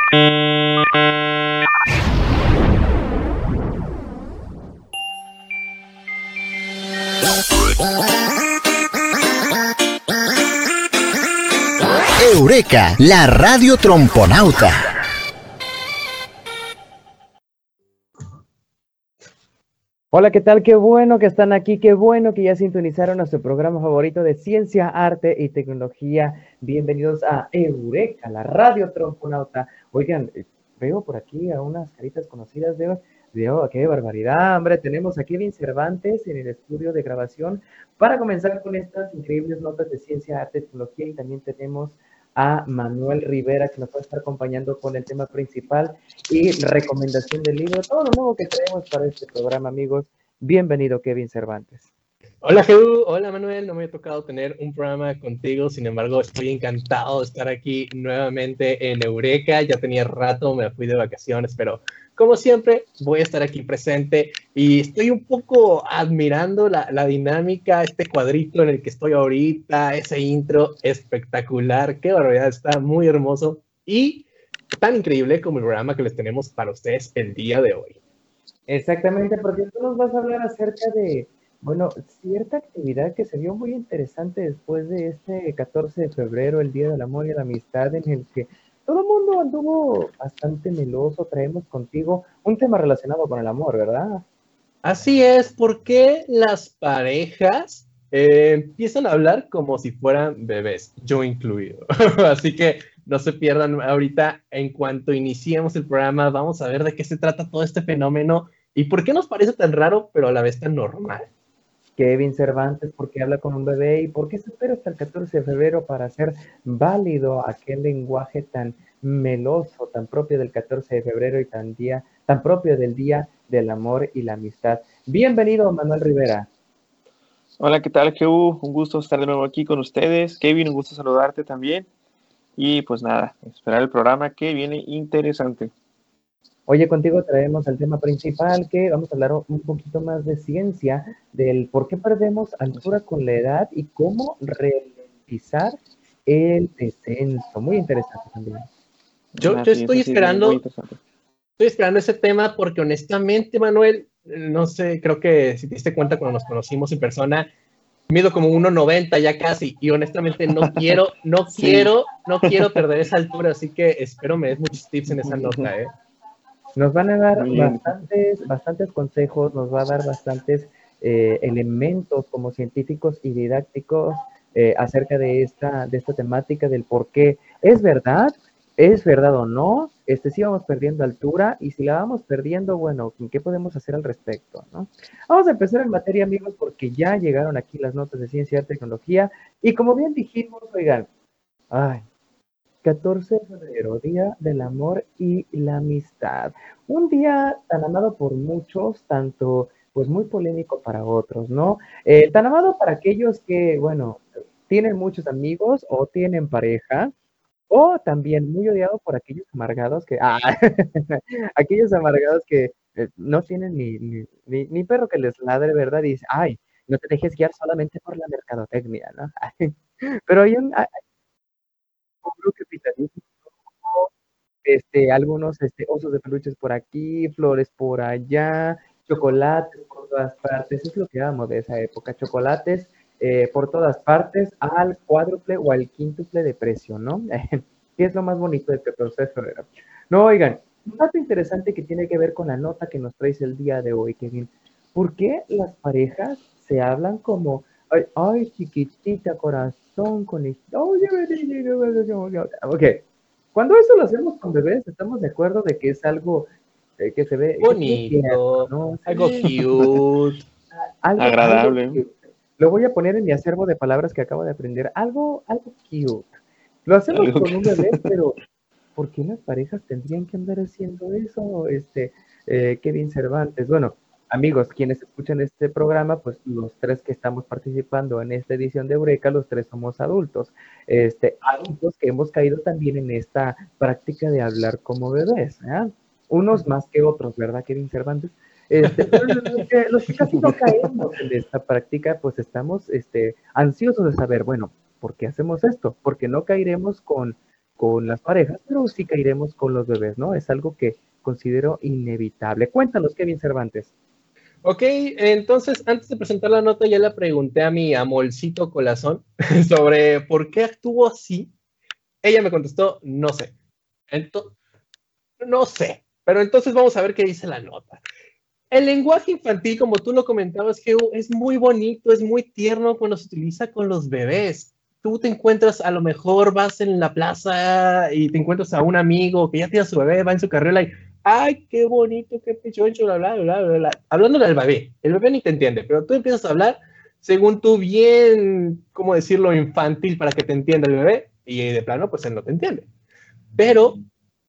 Eureka, la radio tromponauta. Hola, ¿qué tal? Qué bueno que están aquí, qué bueno que ya sintonizaron a su programa favorito de ciencia, arte y tecnología. Bienvenidos a Eureka, la radio tromponauta. Oigan, veo por aquí a unas caritas conocidas qué barbaridad, hombre. Tenemos a Kevin Cervantes en el estudio de grabación para comenzar con estas increíbles notas de ciencia, arte y tecnología. Y también tenemos a Manuel Rivera, que nos va a estar acompañando con el tema principal y recomendación del libro, todo lo nuevo que traemos para este programa, amigos. Bienvenido, Kevin Cervantes. Hola, Jehu. Hola, Manuel. No me ha tocado tener un programa contigo, sin embargo, estoy encantado de estar aquí nuevamente en Eureka. Ya tenía rato, me fui de vacaciones, pero como siempre, voy a estar aquí presente y estoy un poco admirando la dinámica, este cuadrito en el que estoy ahorita, ese intro espectacular. Qué barbaridad, está muy hermoso y tan increíble como el programa que les tenemos para ustedes el día de hoy. Exactamente, porque tú nos vas a hablar acerca de, bueno, cierta actividad que se vio muy interesante después de este 14 de febrero, el Día del Amor y la Amistad, en el que todo el mundo anduvo bastante meloso. Traemos contigo un tema relacionado con el amor, ¿verdad? Así es, porque las parejas empiezan a hablar como si fueran bebés, yo incluido. Así que no se pierdan ahorita, en cuanto iniciemos el programa, vamos a ver de qué se trata todo este fenómeno y por qué nos parece tan raro, pero a la vez tan normal. Kevin Cervantes, ¿por qué habla con un bebé? ¿Y por qué se espera hasta el 14 de febrero para hacer válido aquel lenguaje tan meloso, tan propio del 14 de febrero y tan propio del Día del Amor y la Amistad? Bienvenido, Manuel Rivera. Hola, ¿qué tal, Jehu? Un gusto estar de nuevo aquí con ustedes. Kevin, un gusto saludarte también. Y pues nada, esperar el programa que viene interesante. Oye, contigo traemos el tema principal, que vamos a hablar un poquito más de ciencia, del por qué perdemos altura con la edad y cómo ralentizar el descenso. Muy interesante también. Yo estoy esperando ese tema porque honestamente, Manuel, no sé, creo que si te diste cuenta cuando nos conocimos en persona, mido como 1.90 ya casi, y honestamente no quiero perder esa altura, así que espero me des muchos tips en esa nota, Nos van a dar bastantes consejos, nos va a dar bastantes elementos como científicos y didácticos acerca de esta temática del por qué es verdad o no, si vamos perdiendo altura, y si la vamos perdiendo, bueno, ¿qué podemos hacer al respecto, no? Vamos a empezar en materia, amigos, porque ya llegaron aquí las notas de ciencia y tecnología, y como bien dijimos, oigan, 14 de febrero, Día del Amor y la Amistad. Un día tan amado por muchos, tanto pues muy polémico para otros, ¿no? Tan amado para aquellos que, bueno, tienen muchos amigos o tienen pareja, o también muy odiado por aquellos amargados aquellos amargados que no tienen ni perro que les ladre, ¿verdad? Y dice, ay, no te dejes guiar solamente por la mercadotecnia, ¿no? Pero hay un capitalismo, algunos osos de peluches por aquí, flores por allá, chocolates por todas partes. Es lo que amo de esa época, chocolates por todas partes al cuádruple o al quíntuple de precio, ¿no? ¿Qué es lo más bonito del 14 de febrero? No, oigan, un dato interesante que tiene que ver con la nota que nos traes el día de hoy, Kevin. ¿Por qué las parejas se hablan como, ay, chiquitita, corazón, con ok, cuando eso lo hacemos con bebés, estamos de acuerdo de que es algo que se ve bonito, ¿no? Algo cute, agradable. Algo cute. Lo voy a poner en mi acervo de palabras que acabo de aprender. Algo cute. Lo hacemos con un bebé, pero ¿por qué las parejas tendrían que andar haciendo eso? Kevin Cervantes. Bueno, amigos, quienes escuchan este programa, pues los tres que estamos participando en esta edición de Eureka, los tres somos adultos. Adultos que hemos caído también en esta práctica de hablar como bebés, ¿eh? Unos más que otros, ¿verdad, Kevin Cervantes? Los que casi no caemos en esta práctica, pues estamos ansiosos de saber, bueno, ¿por qué hacemos esto? Porque no caeremos con con las parejas, pero sí caeremos con los bebés, ¿no? Es algo que considero inevitable. Cuéntanos, Kevin Cervantes. Ok, entonces antes de presentar la nota ya le pregunté a mi amorcito corazón sobre por qué actúo así. Ella me contestó, no sé. No sé, pero entonces vamos a ver qué dice la nota. El lenguaje infantil, como tú lo comentabas, Geo, es muy bonito, es muy tierno cuando se utiliza con los bebés. Tú te encuentras, a lo mejor vas en la plaza y te encuentras a un amigo que ya tiene a su bebé, va en su carrera y, ay, qué bonito, qué pichoncho, bla, bla, bla, bla, bla. Hablándole al bebé, el bebé ni te entiende, pero tú empiezas a hablar según tú bien, ¿cómo decirlo?, infantil para que te entienda el bebé y de plano, pues él no te entiende. Pero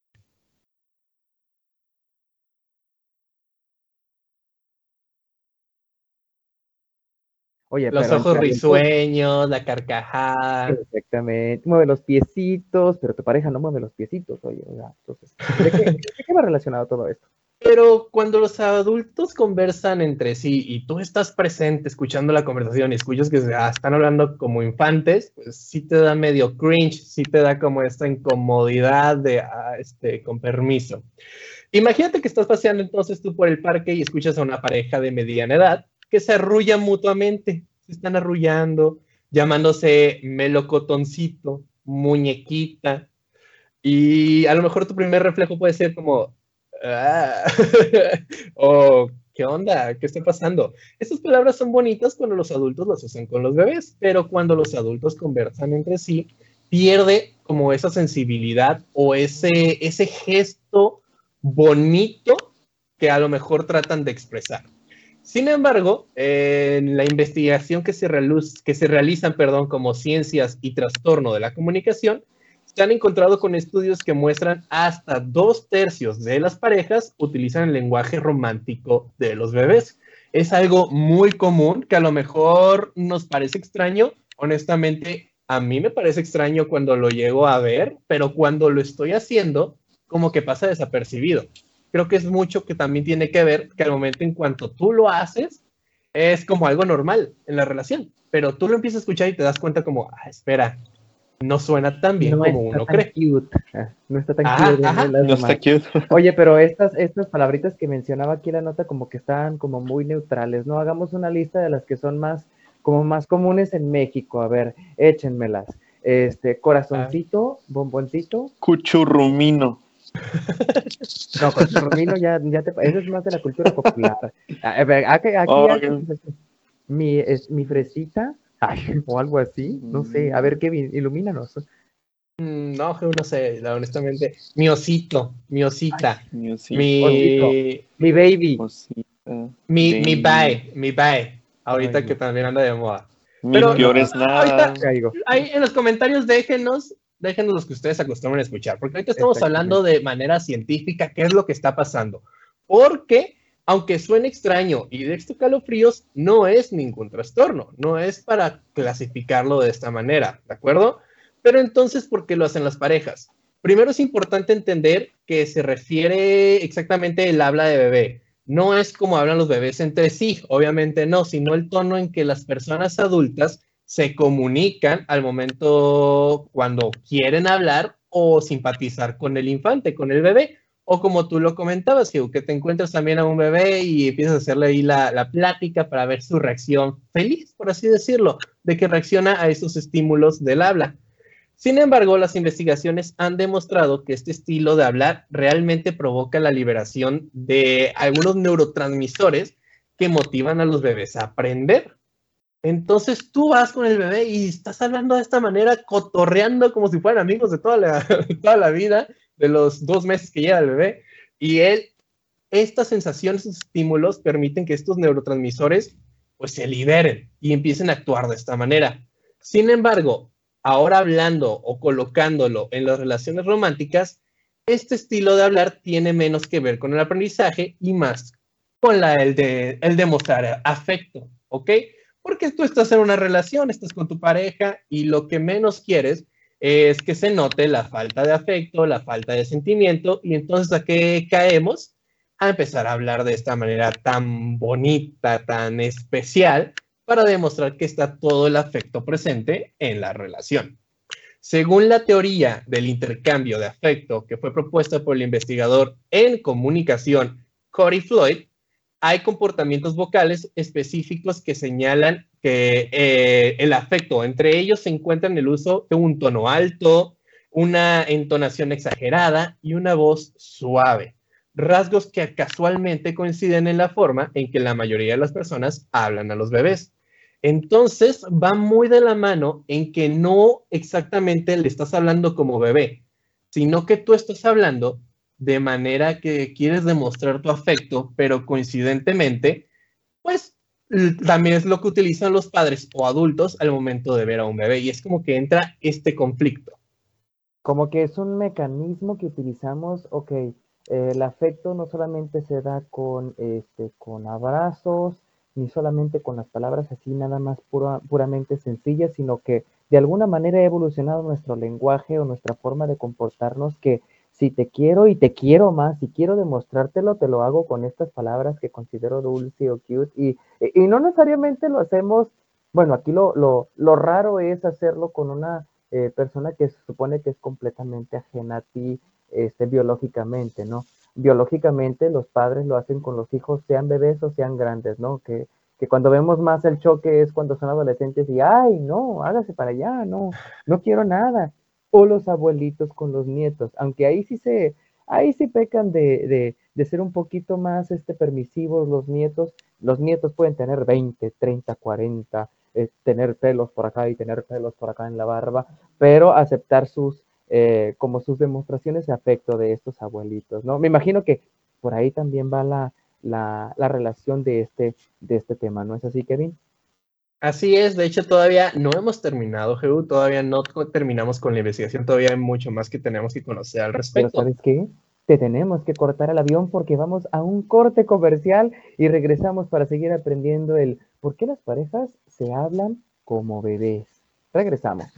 Oye, los pero ojos entre adultos, risueños, la carcajada. exactamente, mueve los piecitos, pero tu pareja no mueve los piecitos, oye, o sea, entonces, ¿de qué va relacionado todo esto? Pero cuando los adultos conversan entre sí y tú estás presente escuchando la conversación y escuchas que están hablando como infantes, pues sí te da medio cringe, sí te da como esta incomodidad de, con permiso. Imagínate que estás paseando entonces tú por el parque y escuchas a una pareja de mediana edad que se arrullan mutuamente, se están arrullando, llamándose melocotoncito, muñequita, y a lo mejor tu primer reflejo puede ser como, ah, o ¿qué onda? ¿Qué está pasando? Estas palabras son bonitas cuando los adultos las usan con los bebés, pero cuando los adultos conversan entre sí, pierde como esa sensibilidad o ese gesto bonito que a lo mejor tratan de expresar. Sin embargo, en la investigación que se realizan, como ciencias y trastorno de la comunicación, se han encontrado con estudios que muestran hasta 2/3 de las parejas utilizan el lenguaje romántico de los bebés. Es algo muy común que a lo mejor nos parece extraño. Honestamente, a mí me parece extraño cuando lo llego a ver, pero cuando lo estoy haciendo, como que pasa desapercibido. Creo que es mucho que también tiene que ver que al momento en cuanto tú lo haces, es como algo normal en la relación, pero tú lo empiezas a escuchar y te das cuenta como, espera, no suena tan bien No como está uno tan cree. cute. No está tan Ajá, cute. ajá. No está cute. Oye, pero estas palabritas que mencionaba aquí la nota como que están como muy neutrales, ¿no? Hagamos una lista de las que son como más comunes en México. A ver, échenmelas. Corazoncito, bomboncito. Cuchurrumino. No, cochurrumino eso es más de la cultura popular. A ver, aquí Okay. mi fresita, o algo así, no sé. A ver, Kevin, ilumínanos. No, no sé, honestamente. Mi osito, mi osita, Osito, mi baby. mi bye, ahorita que también anda de moda. Pero peor es nada. Ahí en los comentarios déjenos los que ustedes acostumbran a escuchar, porque ahorita estamos hablando de manera científica qué es lo que está pasando. Porque, aunque suene extraño y de escalofríos, no es ningún trastorno, no es para clasificarlo de esta manera, ¿de acuerdo? Pero entonces, ¿por qué lo hacen las parejas? Primero es importante entender que se refiere exactamente el habla de bebé. No es como hablan los bebés entre sí, obviamente no, sino el tono en que las personas adultas se comunican al momento cuando quieren hablar o simpatizar con el infante, con el bebé. O como tú lo comentabas, que te encuentras también a un bebé y empiezas a hacerle ahí la plática para ver su reacción feliz, por así decirlo, de que reacciona a esos estímulos del habla. Sin embargo, las investigaciones han demostrado que este estilo de hablar realmente provoca la liberación de algunos neurotransmisores que motivan a los bebés a aprender. Entonces tú vas con el bebé y estás hablando de esta manera, cotorreando como si fueran amigos de toda la vida, de los 2 meses que lleva el bebé, y estas sensaciones, estos estímulos permiten que estos neurotransmisores pues se liberen y empiecen a actuar de esta manera. Sin embargo, ahora hablando o colocándolo en las relaciones románticas, este estilo de hablar tiene menos que ver con el aprendizaje y más con el de mostrar afecto, ¿ok? Porque tú estás en una relación, estás con tu pareja y lo que menos quieres es que se note la falta de afecto, la falta de sentimiento, y entonces ¿a qué caemos? A empezar a hablar de esta manera tan bonita, tan especial, para demostrar que está todo el afecto presente en la relación. Según la teoría del intercambio de afecto que fue propuesta por el investigador en comunicación Corey Floyd, hay comportamientos vocales específicos que señalan que el afecto, entre ellos se encuentran el uso de un tono alto, una entonación exagerada y una voz suave, rasgos que casualmente coinciden en la forma en que la mayoría de las personas hablan a los bebés. Entonces va muy de la mano en que no exactamente le estás hablando como bebé, sino que tú estás hablando de manera que quieres demostrar tu afecto, pero coincidentemente, pues también es lo que utilizan los padres o adultos al momento de ver a un bebé, y es como que entra este conflicto. Como que es un mecanismo que utilizamos, ok, el afecto no solamente se da con abrazos, ni solamente con las palabras así nada más puramente sencillas, sino que de alguna manera ha evolucionado nuestro lenguaje o nuestra forma de comportarnos, que si te quiero y te quiero más, si quiero demostrártelo, te lo hago con estas palabras que considero dulce o cute, y no necesariamente lo hacemos, bueno, aquí lo raro es hacerlo con una persona que se supone que es completamente ajena a ti biológicamente, ¿no? Biológicamente los padres lo hacen con los hijos, sean bebés o sean grandes, ¿no? Que cuando vemos más el choque es cuando son adolescentes y, ay, no, hágase para allá, no quiero nada. O los abuelitos con los nietos, aunque ahí sí pecan de ser un poquito más permisivos los nietos. Los nietos pueden tener 20, 30, 40, tener pelos por acá y tener pelos por acá en la barba, pero aceptar como sus demostraciones de afecto de estos abuelitos, ¿no? Me imagino que por ahí también va la relación de este tema, ¿no es así, Kevin? Así es, de hecho todavía no hemos terminado, Jehu, todavía no terminamos con la investigación, todavía hay mucho más que tenemos que conocer al Pero respecto. ¿sabes qué? Te tenemos que cortar el avión porque vamos a un corte comercial y regresamos para seguir aprendiendo el por qué las parejas se hablan como bebés. Regresamos.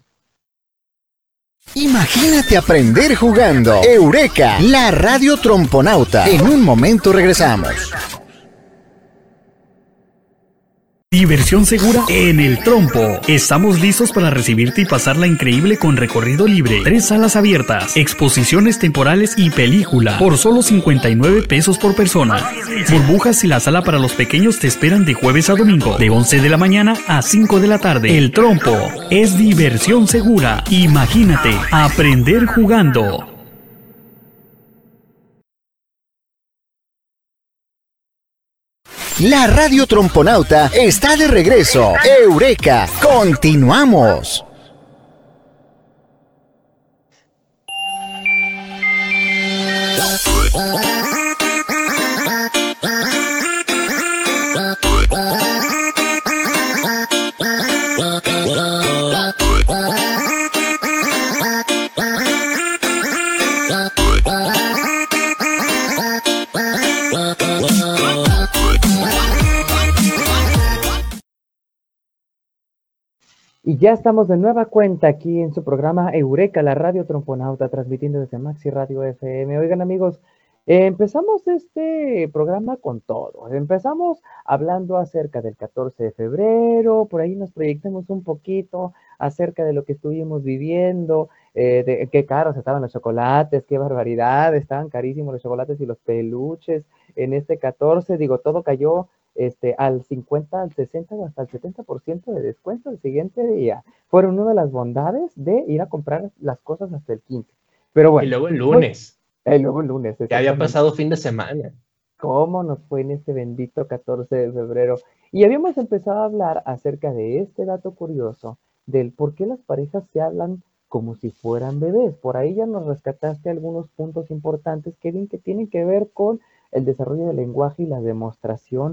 Imagínate aprender jugando. Eureka, la radio tromponauta. En un momento regresamos. Diversión segura en el trompo. Estamos listos para recibirte y pasarla increíble con recorrido libre, 3 salas abiertas, exposiciones temporales y película por solo 59 pesos por persona. Burbujas y la sala para los pequeños te esperan de jueves a domingo, de 11 de la mañana a 5 de la tarde. El trompo es diversión segura. Imagínate aprender jugando. La radio tromponauta está de regreso. Eureka, continuamos. Y ya estamos de nueva cuenta aquí en su programa Eureka, la radio tromponauta, transmitiendo desde Maxi Radio FM. Oigan, amigos, empezamos este programa con todo. Empezamos hablando acerca del 14 de febrero, por ahí nos proyectamos un poquito acerca de lo que estuvimos viviendo, de qué caros estaban los chocolates, qué barbaridad, estaban carísimos los chocolates y los peluches en este 14, digo, todo cayó al 50, al 60 o hasta el 70% de descuento el siguiente día. Fueron una de las bondades de ir a comprar las cosas hasta el 15. Pero bueno. Y luego el lunes. Luego el lunes. Ya había pasado fin de semana. ¿Cómo nos fue en este bendito 14 de febrero? Y habíamos empezado a hablar acerca de este dato curioso, del por qué las parejas se hablan como si fueran bebés. Por ahí ya nos rescataste algunos puntos importantes, Kevin, que tienen que ver con el desarrollo del lenguaje y la demostración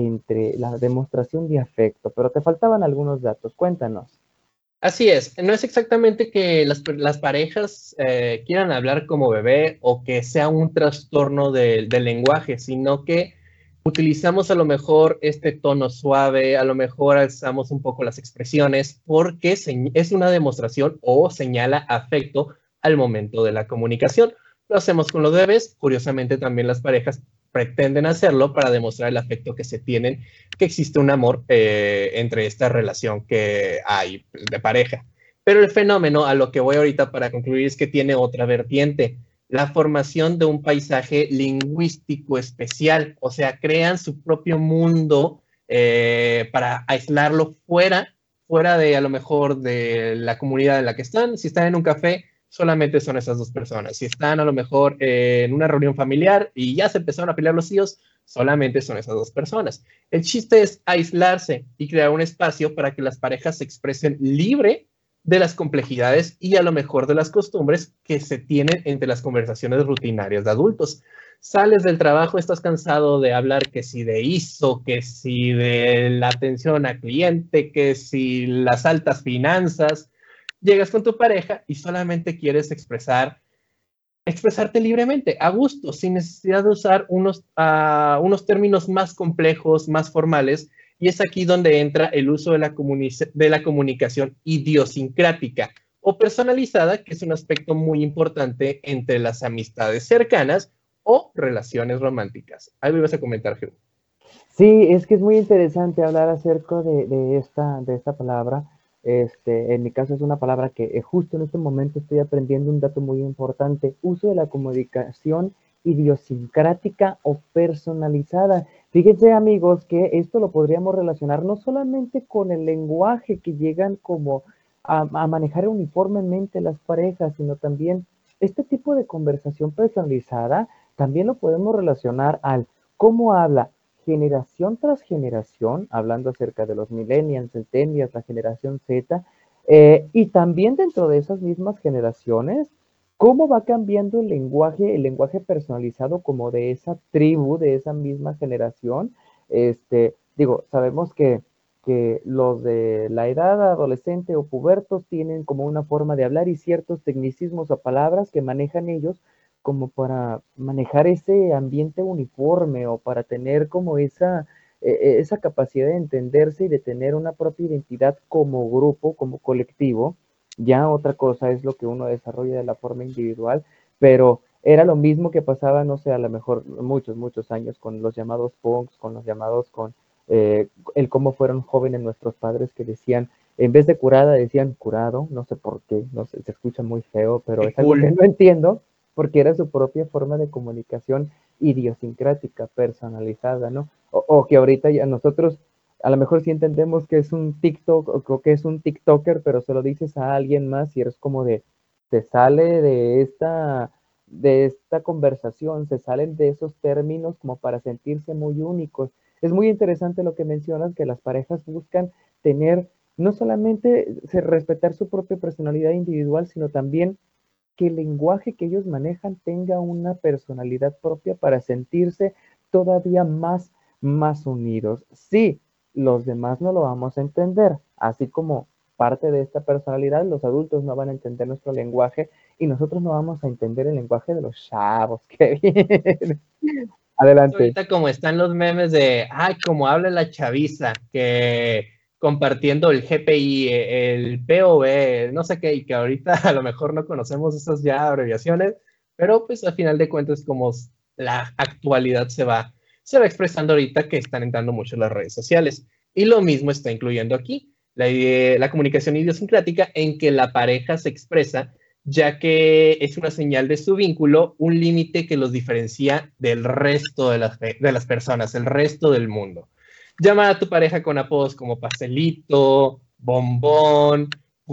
de afecto, pero te faltaban algunos datos, cuéntanos. Así es, no es exactamente que las parejas quieran hablar como bebé o que sea un trastorno del lenguaje, sino que utilizamos a lo mejor este tono suave, a lo mejor alzamos un poco las expresiones porque es una demostración o señala afecto al momento de la comunicación. Lo hacemos con los bebés, curiosamente también las parejas pretenden hacerlo para demostrar el afecto que se tienen, que existe un amor entre esta relación que hay de pareja. Pero el fenómeno, a lo que voy ahorita para concluir, es que tiene otra vertiente, la formación de un paisaje lingüístico especial, o sea, crean su propio mundo para aislarlo fuera de a lo mejor de la comunidad en la que están. Si están en un café, solamente son esas dos personas. Si están a lo mejor en una reunión familiar y ya se empezaron a pelear los tíos, solamente son esas dos personas. El chiste es aislarse y crear un espacio para que las parejas se expresen libre de las complejidades y a lo mejor de las costumbres que se tienen entre las conversaciones rutinarias de adultos. Sales del trabajo, estás cansado de hablar que si de ISO, que si de la atención al cliente, que si las altas finanzas. Llegas con tu pareja y solamente quieres expresarte libremente, a gusto, sin necesidad de usar unos términos más complejos, más formales. Y es aquí donde entra el uso de la comunicación idiosincrática o personalizada, que es un aspecto muy importante entre las amistades cercanas o relaciones románticas. Algo ibas a comentar, Jesús. Sí, es que es muy interesante hablar acerca de esta palabra. En mi caso es una palabra que justo en este momento estoy aprendiendo un dato muy importante. Uso de la comunicación idiosincrática o personalizada. Fíjense, amigos, que esto lo podríamos relacionar no solamente con el lenguaje que llegan como a manejar uniformemente las parejas, sino también este tipo de conversación personalizada, también lo podemos relacionar al cómo habla generación tras generación, hablando acerca de los millennials, centennials, la generación Z, y también dentro de esas mismas generaciones, cómo va cambiando el lenguaje personalizado como de esa tribu, de esa misma generación. Sabemos que los de la edad adolescente o pubertos tienen como una forma de hablar y ciertos tecnicismos o palabras que manejan ellos como para manejar ese ambiente uniforme o para tener como esa capacidad de entenderse y de tener una propia identidad como grupo, como colectivo. Ya otra cosa es lo que uno desarrolla de la forma individual, pero era lo mismo que pasaba, no sé, a lo mejor muchos años con los llamados punks, con los llamados el cómo fueron jóvenes nuestros padres que decían, en vez de curada, decían curado, no sé por qué, no sé, se escucha muy feo, pero es algo que no entiendo, porque era su propia forma de comunicación idiosincrática, personalizada, ¿no? O que ahorita ya nosotros a lo mejor sí entendemos que es un TikTok o que es un TikToker, pero se lo dices a alguien más y eres como se sale de esta conversación, se salen de esos términos como para sentirse muy únicos. Es muy interesante lo que mencionas, que las parejas buscan tener, no solamente respetar su propia personalidad individual, sino también que el lenguaje que ellos manejan tenga una personalidad propia para sentirse todavía más unidos. Sí, los demás no lo vamos a entender, así como parte de esta personalidad, los adultos no van a entender nuestro lenguaje y nosotros no vamos a entender el lenguaje de los chavos que vienen. Adelante. Ahorita como están los memes de, como habla la chaviza, que compartiendo el GPI, el POV, no sé qué, y que ahorita a lo mejor no conocemos esas ya abreviaciones, pero pues al final de cuentas como la actualidad se va expresando ahorita que están entrando mucho en las redes sociales. Y lo mismo está incluyendo aquí, la comunicación idiosincrática en que la pareja se expresa, ya que es una señal de su vínculo, un límite que los diferencia del resto de las personas, el resto del mundo. Llamar a tu pareja con apodos como pastelito, bombón,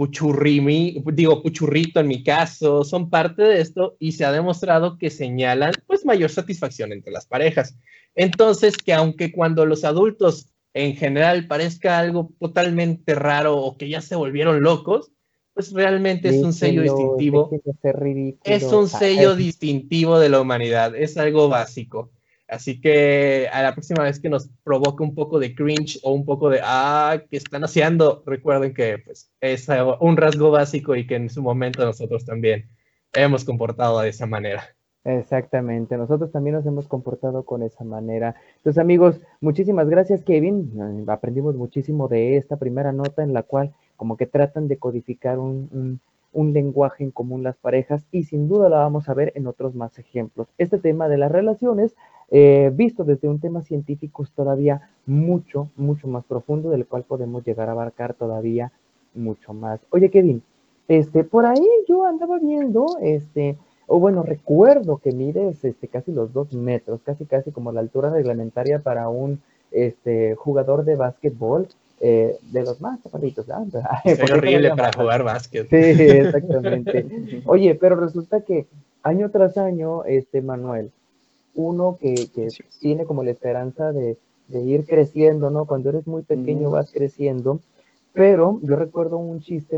puchurrito en mi caso, son parte de esto y se ha demostrado que señalan pues mayor satisfacción entre las parejas. Entonces, que aunque cuando los adultos en general parezca algo totalmente raro o que ya se volvieron locos, pues realmente es un sello distintivo. Es un sello distintivo de la humanidad, es algo básico. Así que a la próxima vez que nos provoque un poco de cringe o un poco de, ¿qué están haciendo? Recuerden que pues, es un rasgo básico y que en su momento nosotros también hemos comportado de esa manera. Exactamente, nosotros también nos hemos comportado con esa manera. Entonces, amigos, muchísimas gracias, Kevin. Aprendimos muchísimo de esta primera nota en la cual como que tratan de codificar un lenguaje en común las parejas y sin duda la vamos a ver en otros más ejemplos. Este tema de las relaciones, visto desde un tema científico, es todavía mucho más profundo, del cual podemos llegar a abarcar todavía mucho más. Oye, Kevin, Por ahí yo andaba viendo, o bueno, recuerdo que mides casi los 2 metros, casi como la altura reglamentaria para un jugador de básquetbol, de los más chaparritos, ¿ah? Soy Porque ahí horrible todavía para más jugar alto. básquet. Sí, exactamente. Oye, pero resulta que año tras año, Manuel, uno que Así es. tiene como la esperanza de ir creciendo, ¿no? Cuando eres muy pequeño vas creciendo, pero yo recuerdo un chiste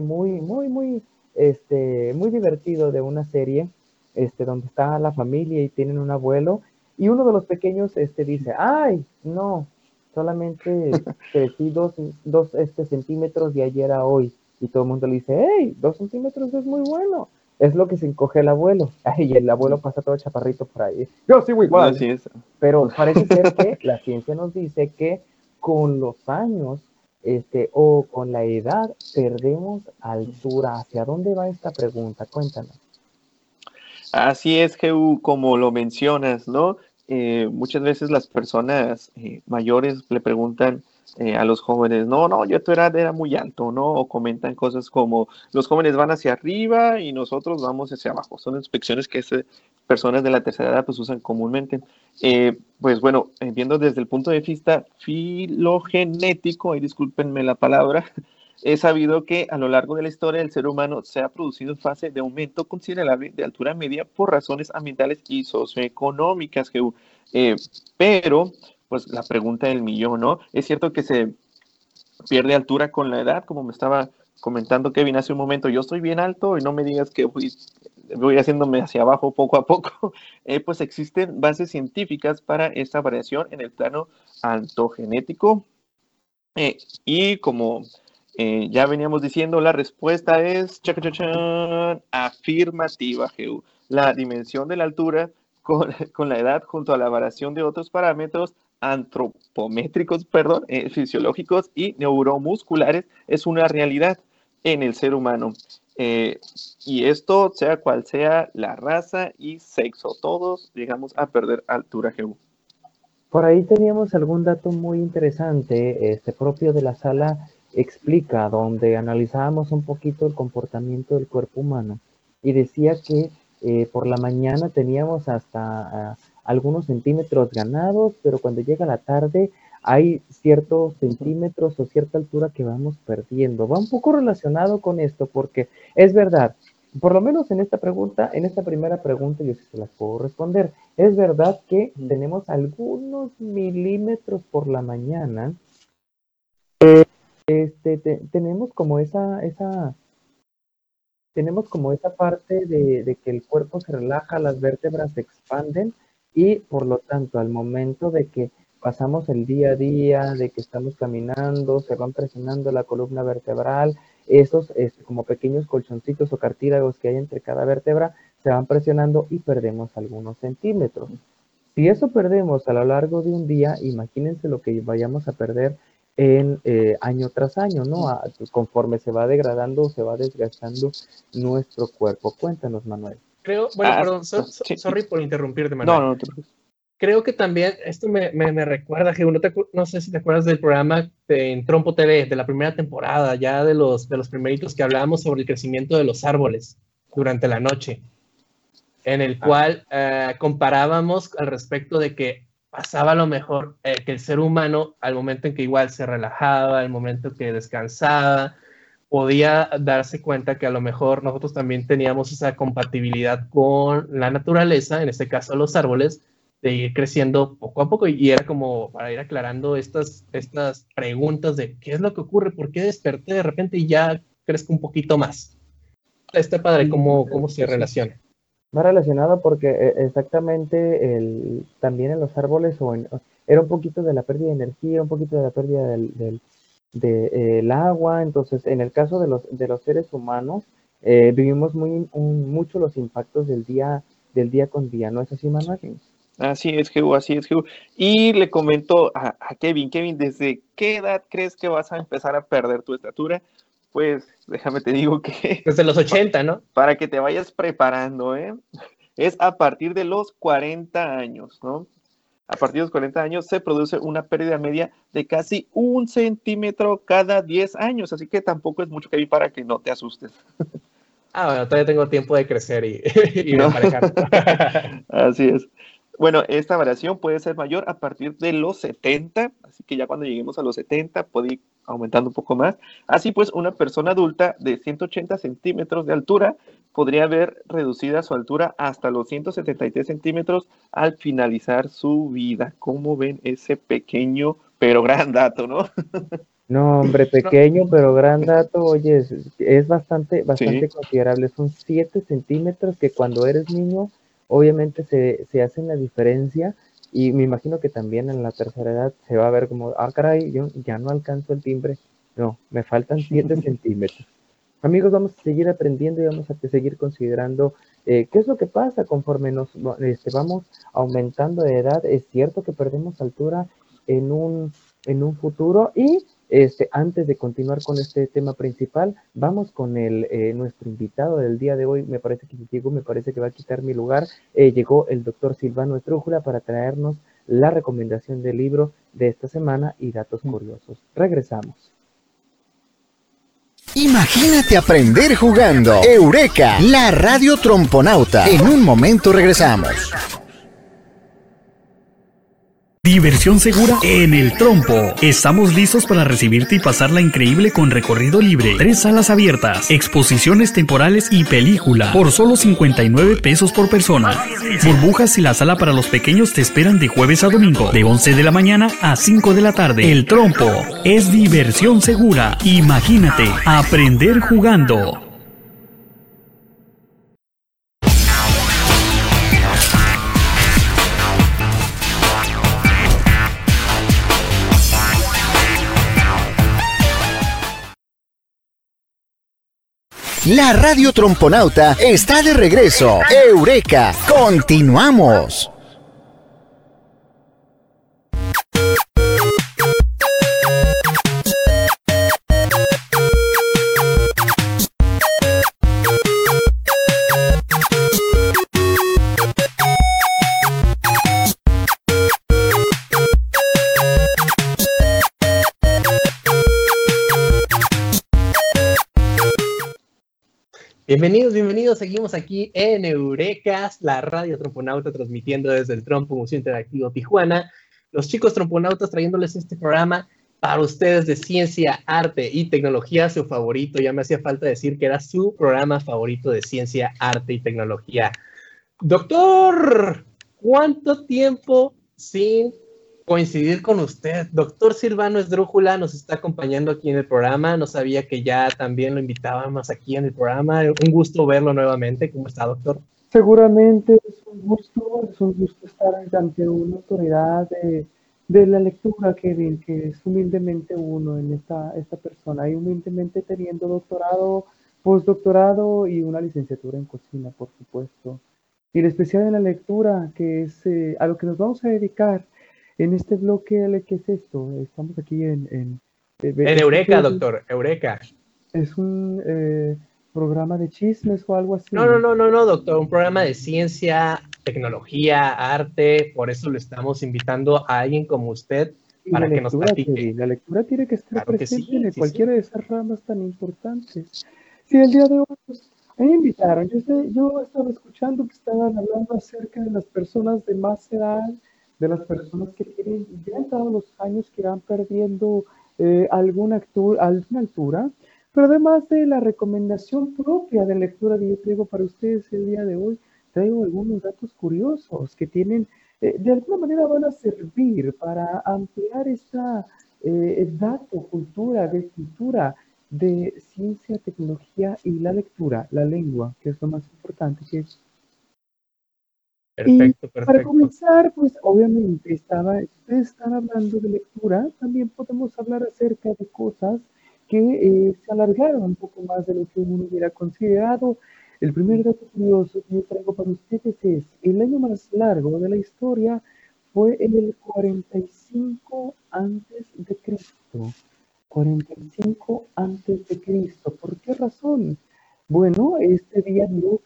muy divertido de una serie, donde está la familia y tienen un abuelo, y uno de los pequeños, dice, ay, no, solamente crecí dos centímetros de ayer a hoy, y todo el mundo le dice, hey, 2 centímetros es muy bueno, es lo que se encoge el abuelo, y el abuelo pasa todo chaparrito por ahí, yo sigo igual, Así es. pero parece ser que la ciencia nos dice que con los años, o con la edad, perdemos altura. ¿Hacia dónde va esta pregunta? Cuéntanos. Así es, Geu, como lo mencionas, ¿no? Muchas veces las personas mayores le preguntan a los jóvenes, no, no, yo a tu edad era muy alto, ¿no? O comentan cosas como, los jóvenes van hacia arriba y nosotros vamos hacia abajo. Son expresiones que personas de la tercera edad pues usan comúnmente. Pues bueno, viendo desde el punto de vista filogenético, y discúlpenme la palabra, es sabido que a lo largo de la historia del ser humano se ha producido en fase de aumento considerable de altura media por razones ambientales y socioeconómicas, eh, pero, pues la pregunta del millón, ¿no? Es cierto que se pierde altura con la edad, como me estaba comentando Kevin hace un momento, yo estoy bien alto y no me digas que voy haciéndome hacia abajo poco a poco, pues existen bases científicas para esta variación en el plano altogenético, y como ya veníamos diciendo, la respuesta es afirmativa, Geu. La dimensión de la altura con la edad junto a la variación de otros parámetros antropométricos, perdón, fisiológicos y neuromusculares es una realidad en el ser humano. Y esto, sea cual sea la raza y sexo, todos llegamos a perder altura, Geu. Por ahí teníamos algún dato muy interesante, propio de la sala Explica, donde analizábamos un poquito el comportamiento del cuerpo humano y decía que por la mañana teníamos hasta algunos centímetros ganados, pero cuando llega la tarde hay ciertos centímetros o cierta altura que vamos perdiendo. Va un poco relacionado con esto porque es verdad, por lo menos en esta pregunta, en esta primera pregunta, yo sí se las puedo responder. Es verdad que tenemos algunos milímetros por la mañana. Tenemos como tenemos como esa parte de que el cuerpo se relaja, las vértebras se expanden y por lo tanto al momento de que pasamos el día a día, de que estamos caminando, se van presionando la columna vertebral, esos como pequeños colchoncitos o cartílagos que hay entre cada vértebra se van presionando y perdemos algunos centímetros. Si eso perdemos a lo largo de un día, imagínense lo que vayamos a perder en año tras año, ¿no? Conforme se va degradando, se va desgastando nuestro cuerpo. Cuéntanos, Manuel. Creo, bueno, perdón, Sí. sorry por interrumpirte, Manuel. No, no te preocupes. Creo que también esto me recuerda, que no sé si te acuerdas del programa en Trompo TV, de la primera temporada, ya de los primeritos que hablábamos sobre el crecimiento de los árboles durante la noche, en el cual comparábamos al respecto de que pasaba lo mejor que el ser humano al momento en que igual se relajaba, al momento que descansaba, podía darse cuenta que a lo mejor nosotros también teníamos esa compatibilidad con la naturaleza, en este caso los árboles, de ir creciendo poco a poco, y era como para ir aclarando estas preguntas de qué es lo que ocurre, por qué desperté de repente y ya crezco un poquito más. Está padre cómo se relaciona. Va relacionado porque exactamente también en los árboles era un poquito de la pérdida de energía, un poquito de la pérdida del agua. Entonces, en el caso de los seres humanos, vivimos mucho los impactos del día con día, ¿no es así, Manuel? Así es, Geu, así es, Geu. Y le comento a Kevin, ¿desde qué edad crees que vas a empezar a perder tu estatura? Pues déjame te digo que... Desde los 80, ¿no? Para que te vayas preparando, es a partir de los 40 años, ¿no? A partir de los 40 años se produce una pérdida media de casi 1 centímetro cada 10 años, así que tampoco es mucho, Kevin, para que no te asustes. Bueno, todavía tengo tiempo de crecer y de No. emparejar. Así es. Bueno, esta variación puede ser mayor a partir de los 70, así que ya cuando lleguemos a los 70 puede ir aumentando un poco más. Así pues, una persona adulta de 180 centímetros de altura podría ver reducida su altura hasta los 173 centímetros al finalizar su vida. ¿Cómo ven ese pequeño pero gran dato, no? No, hombre, pequeño, pero gran dato, oye, es bastante Sí, considerable. Son 7 centímetros que cuando eres niño, obviamente se hacen la diferencia. Y me imagino que también en la tercera edad se va a ver como, caray, yo ya no alcanzo el timbre. No, me faltan 7 centímetros. Amigos, vamos a seguir aprendiendo y vamos a seguir considerando qué es lo que pasa conforme vamos aumentando de edad. Es cierto que perdemos altura en un futuro y antes de continuar con este tema principal, vamos con nuestro invitado del día de hoy. Me parece que llegó, me parece que va a quitar mi lugar. Llegó el doctor Silvano Estrújula para traernos la recomendación del libro de esta semana y datos curiosos. Regresamos. Imagínate aprender jugando. Eureka, la radio tromponauta. En un momento regresamos. Diversión segura en el trompo. Estamos listos para recibirte y pasarla increíble con recorrido libre, 3 salas abiertas, exposiciones temporales y película por solo 59 pesos por persona. Burbujas y la sala para los pequeños te esperan de jueves a domingo, de 11 de la mañana a 5 de la tarde. El trompo es diversión segura. Imagínate aprender jugando. La radio tromponauta está de regreso. Eureka, continuamos. Bienvenidos, seguimos aquí en Eureka, la radio tromponauta transmitiendo desde el Trompo Museo Interactivo Tijuana. Los chicos tromponautas trayéndoles este programa para ustedes de ciencia, arte y tecnología, su favorito. Ya me hacía falta decir que era su programa favorito de ciencia, arte y tecnología. Doctor, ¿cuánto tiempo sin coincidir con usted? Doctor Silvano Esdrújula nos está acompañando aquí en el programa. No sabía que ya también lo invitábamos aquí en el programa. Un gusto verlo nuevamente. ¿Cómo está, doctor? Seguramente es un gusto estar ante una autoridad de la lectura que es humildemente uno en esta persona, y humildemente teniendo doctorado, postdoctorado y una licenciatura en cocina, por supuesto. Y en especial en la lectura, que es a lo que nos vamos a dedicar en este bloque. ¿Qué es esto? Estamos aquí en Eureka, doctor, Eureka. ¿Es un programa de chismes o algo así? No, doctor, un programa de ciencia, tecnología, arte, por eso le estamos invitando a alguien como usted para que nos platique. La lectura tiene que estar presente en cualquiera de esas ramas tan importantes. Sí, el día de hoy me invitaron. Yo estaba escuchando que estaban hablando acerca de las personas de más edad, de las personas que tienen ya entrados los años, que van perdiendo alguna altura, pero además de la recomendación propia de lectura que yo traigo para ustedes el día de hoy, traigo algunos datos curiosos que tienen, de alguna manera van a servir para ampliar esta cultura de ciencia, tecnología y la lectura, la lengua, que es lo más importante que es. Perfecto. Para comenzar, pues obviamente ustedes están hablando de lectura, también podemos hablar acerca de cosas que se alargaron un poco más de lo que uno hubiera considerado. El primer dato curioso que yo traigo para ustedes es: el año más largo de la historia fue el 45 antes de Cristo. 45 antes de Cristo. ¿Por qué razón? Bueno, este día duró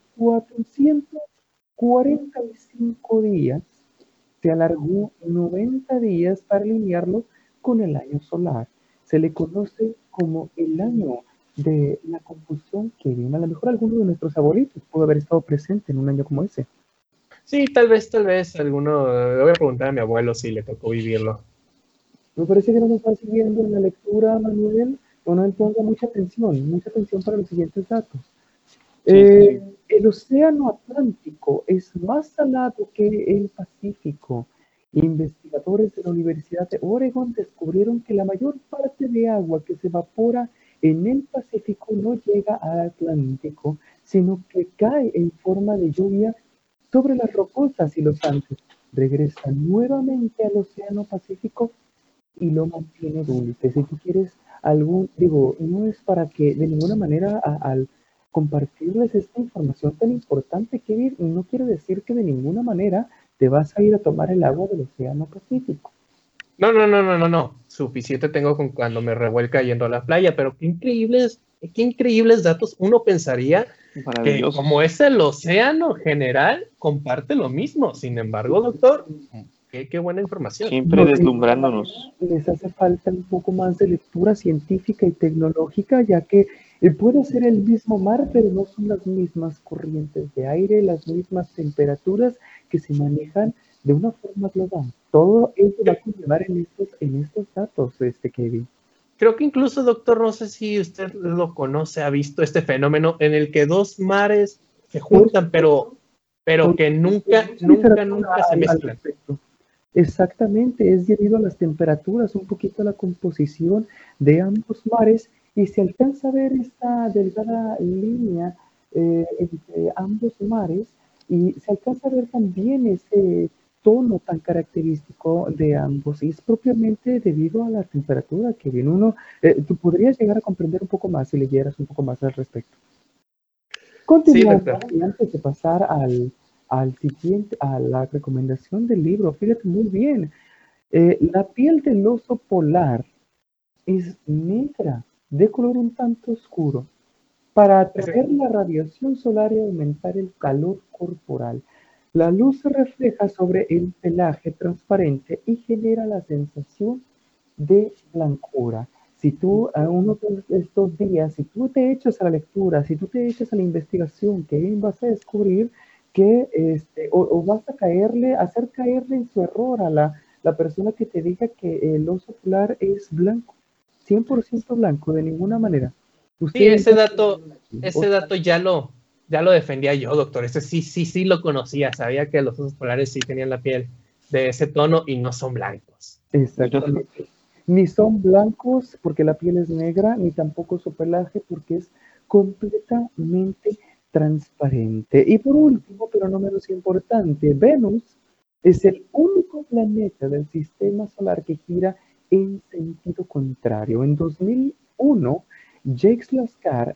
445 días, se alargó 90 días para alinearlo con el año solar. Se le conoce como el año de la confusión que vino. A lo mejor alguno de nuestros abuelitos pudo haber estado presente en un año como ese. Sí, tal vez alguno, le voy a preguntar a mi abuelo si le tocó vivirlo. Me parece que no nos va siguiendo en la lectura, Manuel. Manuel, ponga mucha atención para los siguientes datos. Sí. El océano Atlántico es más salado que el Pacífico. Investigadores de la Universidad de Oregon descubrieron que la mayor parte de agua que se evapora en el Pacífico no llega al Atlántico, sino que cae en forma de lluvia sobre las rocosas y los Andes. Regresa nuevamente al Océano Pacífico y lo mantiene dulce. Si tú quieres no es para que de ninguna manera al compartirles esta información tan importante, Kevin, no quiero decir que de ninguna manera te vas a ir a tomar el agua del Océano Pacífico. No. Suficiente tengo con cuando me revuelca yendo a la playa, pero qué increíbles datos. Uno pensaría que como es el océano general, comparte lo mismo. Sin embargo, doctor, qué buena información. Siempre deslumbrándonos. Les hace falta un poco más de lectura científica y tecnológica, ya que puede ser el mismo mar, pero no son las mismas corrientes de aire, las mismas temperaturas que se manejan de una forma global. Todo ello va a conllevar en estos datos, Kevin. Creo que incluso, doctor, no sé si usted lo conoce, ha visto este fenómeno en el que dos mares se juntan, pero que nunca se mezclan. Exactamente, es debido a las temperaturas, un poquito a la composición de ambos mares, y se alcanza a ver esta delgada línea entre ambos mares, y se alcanza a ver también ese tono tan característico de ambos, y es propiamente debido a la temperatura que viene uno. Tú podrías llegar a comprender un poco más si leyeras un poco más al respecto. Continuando, y antes de pasar al siguiente, a la recomendación del libro, fíjate muy bien, la piel del oso polar es negra, de color un tanto oscuro, para atraer la radiación solar y aumentar el calor corporal. La luz se refleja sobre el pelaje transparente y genera la sensación de blancura. Si tú a uno de estos días, si tú te echas a la lectura, si tú te echas a la investigación, que vas a descubrir que o vas a hacer caerle en su error a la persona que te diga que el oso polar es blanco, 100% blanco, de ninguna manera. Sí, ese dato ya lo defendía yo, doctor. Ese sí lo conocía. Sabía que los osos polares sí tenían la piel de ese tono y no son blancos. Exactamente. Ni son blancos porque la piel es negra, ni tampoco su pelaje porque es completamente transparente. Y por último, pero no menos importante, Venus es el único planeta del sistema solar que gira en sentido contrario. En 2001, Jacques Lascar,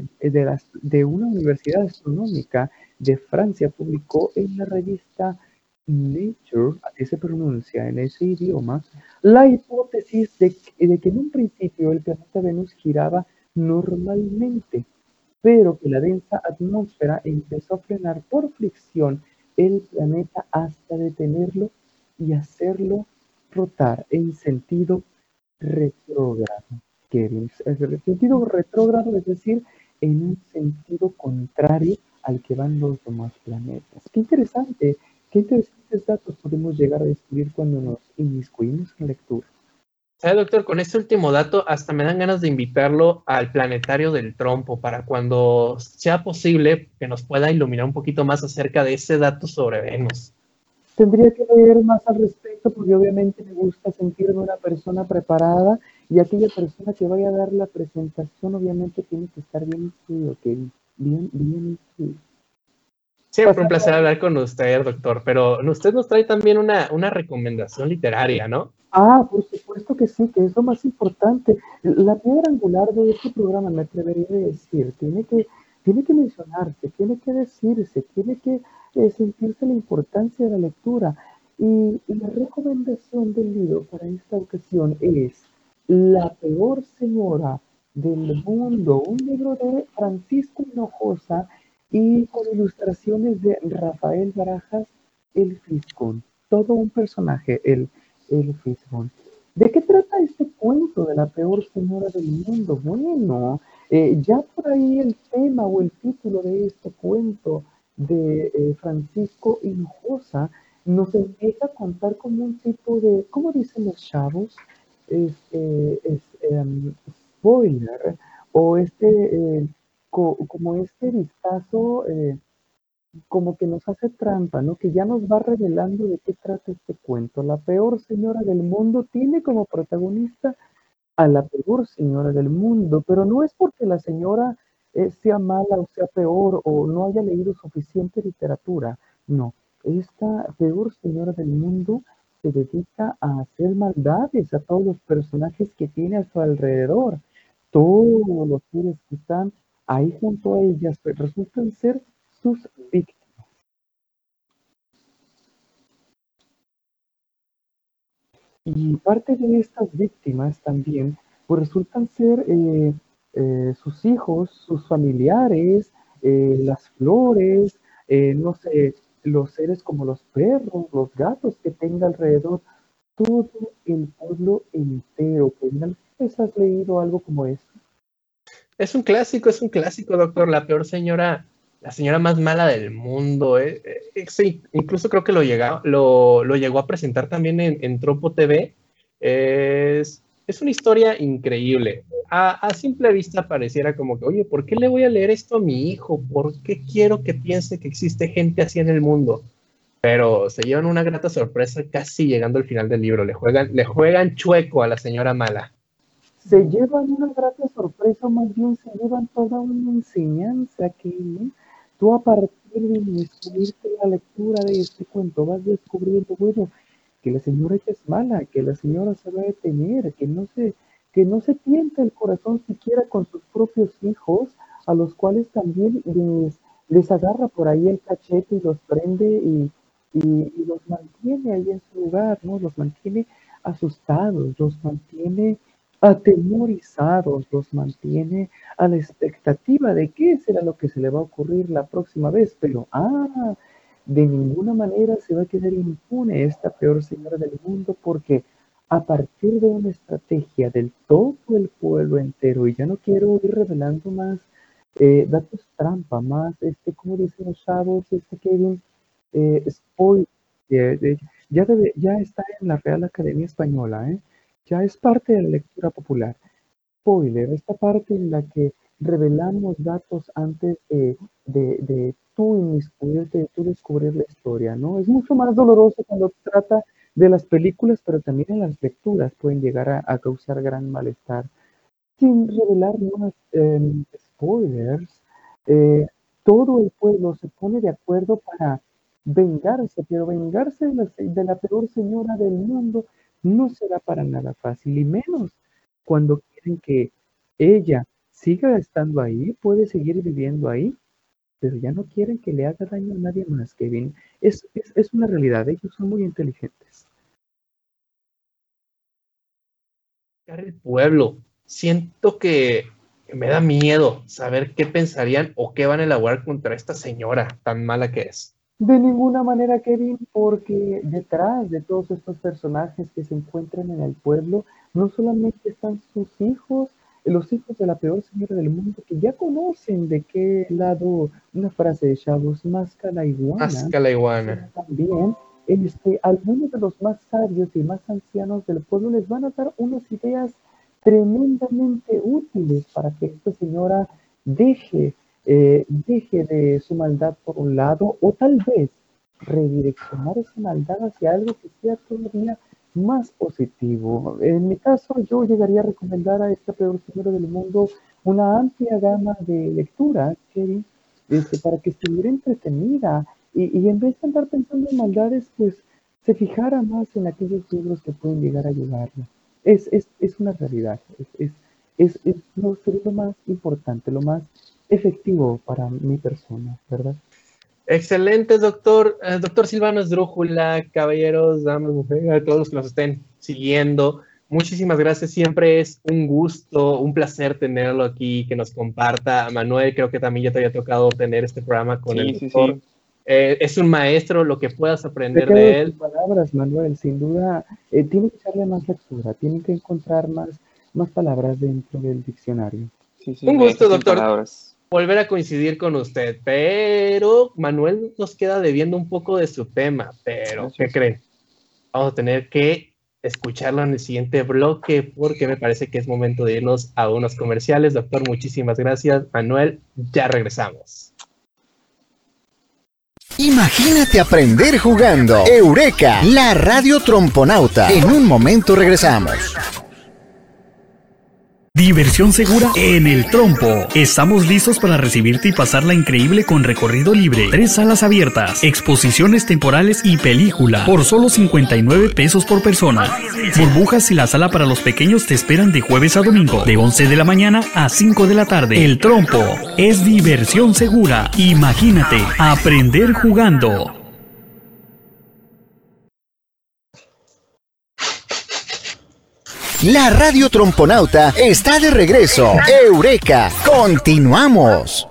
de una universidad astronómica de Francia, publicó en la revista Nature, así se pronuncia en ese idioma, la hipótesis de que en un principio el planeta Venus giraba normalmente, pero que la densa atmósfera empezó a frenar por fricción el planeta hasta detenerlo y hacerlo rotar en sentido retrógrado. El sentido retrógrado, es decir, en un sentido contrario al que van los demás planetas. Qué interesantes datos podemos llegar a descubrir cuando nos inmiscuimos en lectura. ¿Sabe, doctor? Con este último dato hasta me dan ganas de invitarlo al planetario del trompo para cuando sea posible que nos pueda iluminar un poquito más acerca de ese dato sobre Venus. Tendría que leer más al respecto porque obviamente me gusta sentirme una persona preparada y aquella persona que vaya a dar la presentación obviamente tiene que estar bien instruido, bien instruido. Siempre un placer hablar con usted, doctor, pero usted nos trae también una recomendación literaria, ¿no? Ah, por supuesto que sí, que es lo más importante. La piedra angular de este programa, me atrevería a decir, tiene que mencionarse, tiene que decirse, tiene que sentirse la importancia de la lectura. Y la recomendación del libro para esta ocasión es La peor señora del mundo, un libro de Francisco Hinojosa y con ilustraciones de Rafael Barajas, el Fisgón. Todo un personaje, el Fisgón. ¿De qué trata este cuento de la peor señora del mundo? Bueno, Ya por ahí el tema o el título de este cuento de Francisco Hinojosa nos empieza a contar como un tipo de, ¿cómo dicen los chavos? Spoiler, o como este vistazo, como que nos hace trampa, ¿no? Que ya nos va revelando de qué trata este cuento. La peor señora del mundo tiene como protagonista a la peor señora del mundo, pero no es porque la señora sea mala o sea peor o no haya leído suficiente literatura, no. Esta peor señora del mundo se dedica a hacer maldades a todos los personajes que tiene a su alrededor. Todos los seres que están ahí junto a ellas pues, resultan ser sus víctimas. Y parte de estas víctimas también, pues resultan ser sus hijos, sus familiares, las flores, no sé, los seres como los perros, los gatos que tenga alrededor, todo el pueblo entero. ¿Alguna vez has leído algo como esto? Es un clásico, doctor. La señora más mala del mundo. Sí, incluso creo que lo llegó a presentar también en Tropo TV. Es una historia increíble. A simple vista pareciera como que, oye, ¿por qué le voy a leer esto a mi hijo? ¿Por qué quiero que piense que existe gente así en el mundo? Pero se llevan una grata sorpresa casi llegando al final del libro. Le juegan chueco a la señora mala. Se llevan una grata sorpresa, o más bien se llevan toda una enseñanza que tú a partir de descubrirte la lectura de este cuento vas descubriendo, bueno, que la señora ya es mala, que la señora se va a detener, que no se tienta el corazón siquiera con sus propios hijos, a los cuales también les agarra por ahí el cachete y los prende y los mantiene ahí en su lugar, ¿no? Los mantiene asustados, los mantiene atemorizados, los mantiene a la expectativa de qué será lo que se le va a ocurrir la próxima vez, pero de ninguna manera se va a quedar impune esta peor señora del mundo porque a partir de una estrategia del todo el pueblo entero, y ya no quiero ir revelando más datos trampa, más, como dicen los chavos, Kevin, spoiler, ya está en la Real Academia Española, ya es parte de la lectura popular. Spoiler, esta parte en la que revelamos datos antes de tú inmiscuirte, de tú descubrir la historia, ¿no? Es mucho más doloroso cuando trata de las películas, pero también en las lecturas pueden llegar a causar gran malestar. Sin revelar más spoilers, todo el pueblo se pone de acuerdo para vengarse, pero vengarse de la peor señora del mundo no será para nada fácil, y menos cuando quieren que ella siga estando ahí, puede seguir viviendo ahí, pero ya no quieren que le haga daño a nadie más, Kevin. Es una realidad, ellos son muy inteligentes. El pueblo. Siento que me da miedo saber qué pensarían o qué van a elaborar contra esta señora tan mala que es. De ninguna manera, Kevin, porque detrás de todos estos personajes que se encuentran en el pueblo, no solamente están sus hijos, los hijos de la peor señora del mundo, que ya conocen de qué lado, una frase de chavos, masca la iguana. Masca la iguana. También, algunos de los más sabios y más ancianos del pueblo les van a dar unas ideas tremendamente útiles para que esta señora deje de su maldad por un lado, o tal vez redireccionar esa maldad hacia algo que sea todavía más positivo. En mi caso, yo llegaría a recomendar a esta peor señora del mundo una amplia gama de lecturas, Kevin, para que estuviera entretenida y en vez de andar pensando en maldades, pues se fijara más en aquellos libros que pueden llegar a ayudarla. Es una realidad, sería lo más importante, lo más efectivo para mi persona, ¿verdad? Excelente, doctor. Doctor Silvano Esdrújula, caballeros, damas, mujeres, a todos los que nos estén siguiendo. Muchísimas gracias. Siempre es un gusto, un placer tenerlo aquí, que nos comparta. Manuel, creo que también ya te había tocado tener este programa con el doctor. Sí. Es un maestro, lo que puedas aprender de él. Palabras, Manuel, sin duda, tiene que echarle más lectura, tiene que encontrar más palabras dentro del diccionario. Sí, Un me gusto, deja sin doctor, palabras. volver a coincidir con usted, pero Manuel nos queda debiendo un poco de su tema, pero Así ¿qué es. creen? Vamos a tener que escucharlo en el siguiente bloque porque me parece que es momento de irnos a unos comerciales. Doctor, muchísimas gracias. Manuel, ya regresamos. Imagínate aprender jugando. Eureka, la radio tromponauta. En un momento regresamos. Diversión segura en el trompo. Estamos listos para recibirte y pasarla increíble con recorrido libre, 3 salas abiertas, exposiciones temporales y película por solo 59 pesos por persona. Burbujas y la sala para los pequeños te esperan de jueves a domingo, de 11 de la mañana a 5 de la tarde. El trompo es diversión segura. Imagínate aprender jugando. La radio tromponauta está de regreso. Eureka, continuamos.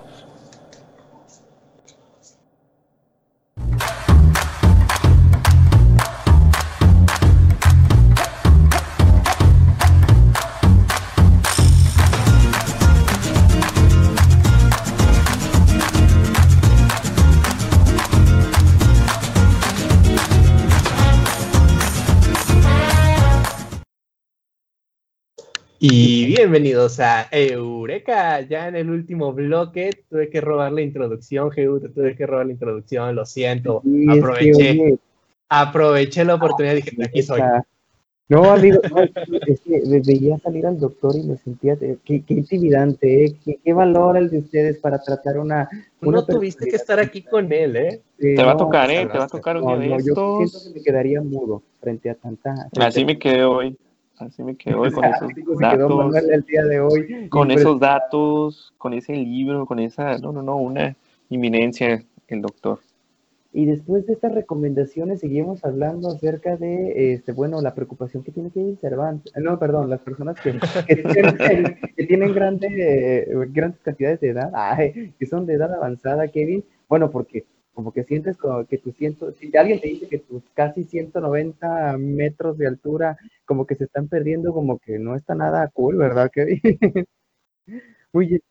Y bienvenidos a Eureka. Ya en el último bloque tuve que robar la introducción, GU, te tuve que robar la introducción, lo siento. Sí, Aproveché la oportunidad y dije, aquí soy. No, amigo, no, es que veía salir al doctor y me sentía, qué intimidante, qué valor el de ustedes para tratar una No tuviste que estar aquí con él, ¿eh? Te va a tocar, ¿eh? Te va a tocar un día de Yo siento estos. que me quedaría mudo frente a tanta... Así me quedé hoy. Así me quedé hoy con esos Se quedó datos. Manuel el día de hoy. Con esos datos, con ese libro, con esa... No, una inminencia el doctor. Y después de estas recomendaciones seguimos hablando acerca de, la preocupación que tiene Kevin Cervantes. No, perdón, las personas que tienen grandes cantidades de edad, que son de edad avanzada, Kevin. Bueno, porque como que sientes como que si alguien te dice que tus casi 190 metros de altura como que se están perdiendo, como que no está nada cool, ¿verdad, Kevin? Muy bien.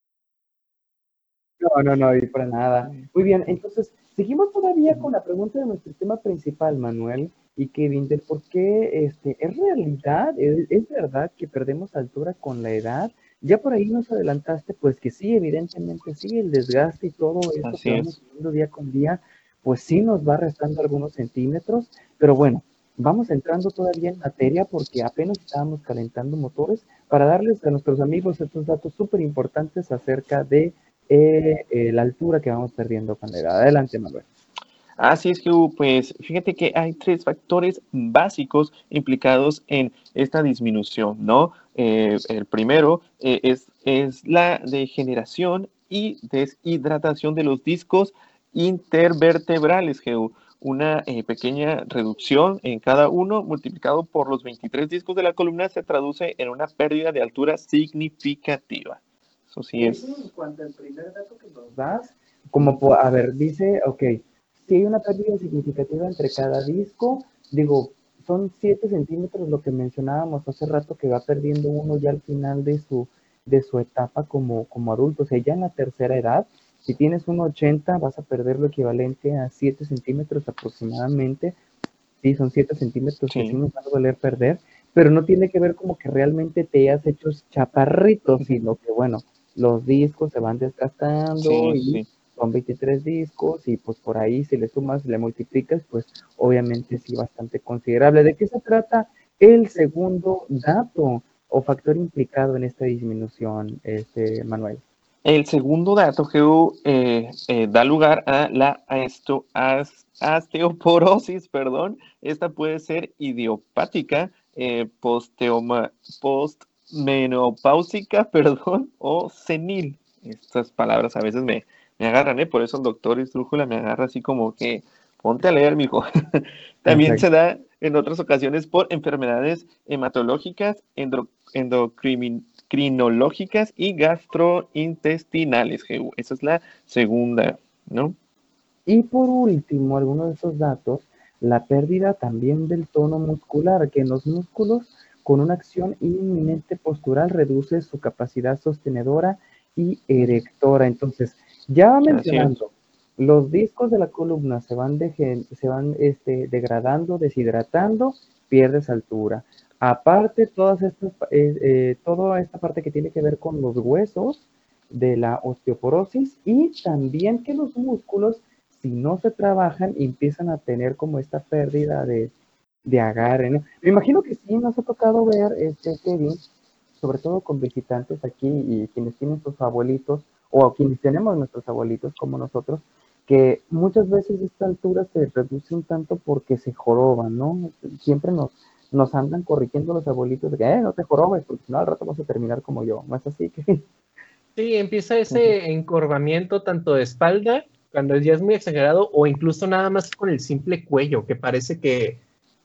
No, y para nada. Muy bien, entonces, seguimos todavía con la pregunta de nuestro tema principal, Manuel y Kevin, de por qué es realidad, es verdad que perdemos altura con la edad. Ya por ahí nos adelantaste, pues que sí, evidentemente sí, el desgaste y todo esto Así que vamos es. viviendo día con día, pues sí nos va restando algunos centímetros, pero bueno, vamos entrando todavía en materia porque apenas estábamos calentando motores para darles a nuestros amigos estos datos súper importantes acerca de la altura que vamos perdiendo con la edad. Adelante, Manuel. Así es que, pues, fíjate que hay 3 factores básicos implicados en esta disminución, ¿no? El primero es la degeneración y deshidratación de los discos intervertebrales, GU. Una pequeña reducción en cada uno multiplicado por los 23 discos de la columna se traduce en una pérdida de altura significativa. Eso sí es. En cuanto al primer dato que nos das, dice, ok, si hay una pérdida significativa entre cada disco, digo, son 7 centímetros lo que mencionábamos hace rato que va perdiendo uno ya al final de su etapa como adulto, o sea, ya en la tercera edad, si tienes 1,80 vas a perder lo equivalente a 7 centímetros aproximadamente, sí, son 7 centímetros que sí nos van a doler perder, pero no tiene que ver como que realmente te hayas hecho chaparrito, sino que bueno, los discos se van desgastando son 23 discos y pues por ahí si le sumas, le multiplicas, pues obviamente sí bastante considerable. ¿De qué se trata el segundo dato o factor implicado en esta disminución, Manuel? El segundo dato que da lugar a la osteoporosis, Esta puede ser idiopática, postmenopáusica, o senil. Estas palabras a veces me agarran, por eso el doctor Estrújula me agarra así como que ponte a leer, mijo. También se da en otras ocasiones por enfermedades hematológicas, endocrinológicas y gastrointestinales. Esa es la segunda, ¿no? Y por último, algunos de esos datos, la pérdida también del tono muscular, que en los músculos, con una acción inminente postural reduce su capacidad sostenedora y erectora. Entonces, ya va mencionando, los discos de la columna se van degradando, deshidratando, pierdes altura. Aparte, toda esta parte que tiene que ver con los huesos de la osteoporosis y también que los músculos, si no se trabajan, empiezan a tener como esta pérdida de agarre, ¿no? Me imagino que sí nos ha tocado ver, Kevin, sobre todo con visitantes aquí y quienes tienen sus abuelitos o quienes tenemos nuestros abuelitos como nosotros, que muchas veces esta altura se reduce un tanto porque se joroban, ¿no? Siempre nos andan corrigiendo los abuelitos de que, no te jorobes, porque si no al rato vas a terminar como yo, ¿no es así? Sí, empieza ese encorvamiento tanto de espalda, cuando ya es muy exagerado, o incluso nada más con el simple cuello, que parece que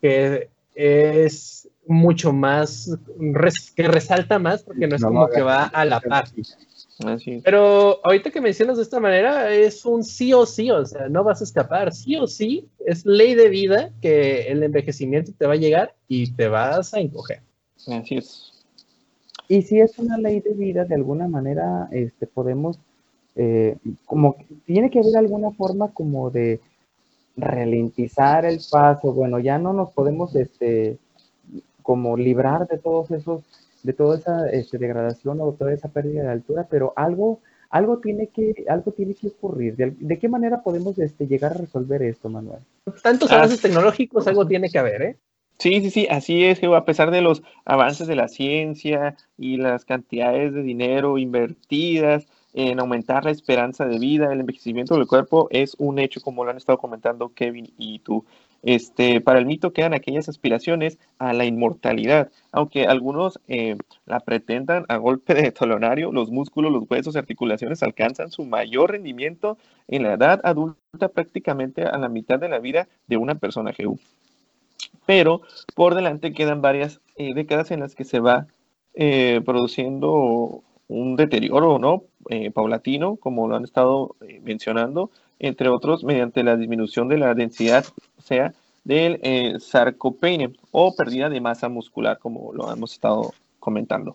es mucho más, que resalta más, porque no es como que va a la par. Pero ahorita que mencionas de esta manera, es un sí o sí, o sea, no vas a escapar, sí o sí, es ley de vida que el envejecimiento te va a llegar y te vas a encoger. Así es. Y si es una ley de vida, de alguna manera, podemos, como que tiene que haber alguna forma como de ralentizar el paso. Bueno, ya no nos podemos, como librar de todos esos, de toda esa degradación o toda esa pérdida de altura, pero algo tiene que ocurrir. ¿De qué manera podemos llegar a resolver esto, Manuel? Tantos avances tecnológicos, algo tiene que haber, ¿eh? Sí, así es, a pesar de los avances de la ciencia y las cantidades de dinero invertidas en aumentar la esperanza de vida, el envejecimiento del cuerpo es un hecho, como lo han estado comentando Kevin y tú. Para el mito quedan aquellas aspiraciones a la inmortalidad, aunque algunos la pretendan a golpe de talonario, los músculos, los huesos y articulaciones alcanzan su mayor rendimiento en la edad adulta, prácticamente a la mitad de la vida de una persona, GU. Pero por delante quedan varias décadas en las que se va produciendo un deterioro, ¿no? Paulatino, como lo han estado mencionando, entre otros mediante la disminución de la densidad, o sea, del sarcopenia o pérdida de masa muscular, como lo hemos estado comentando.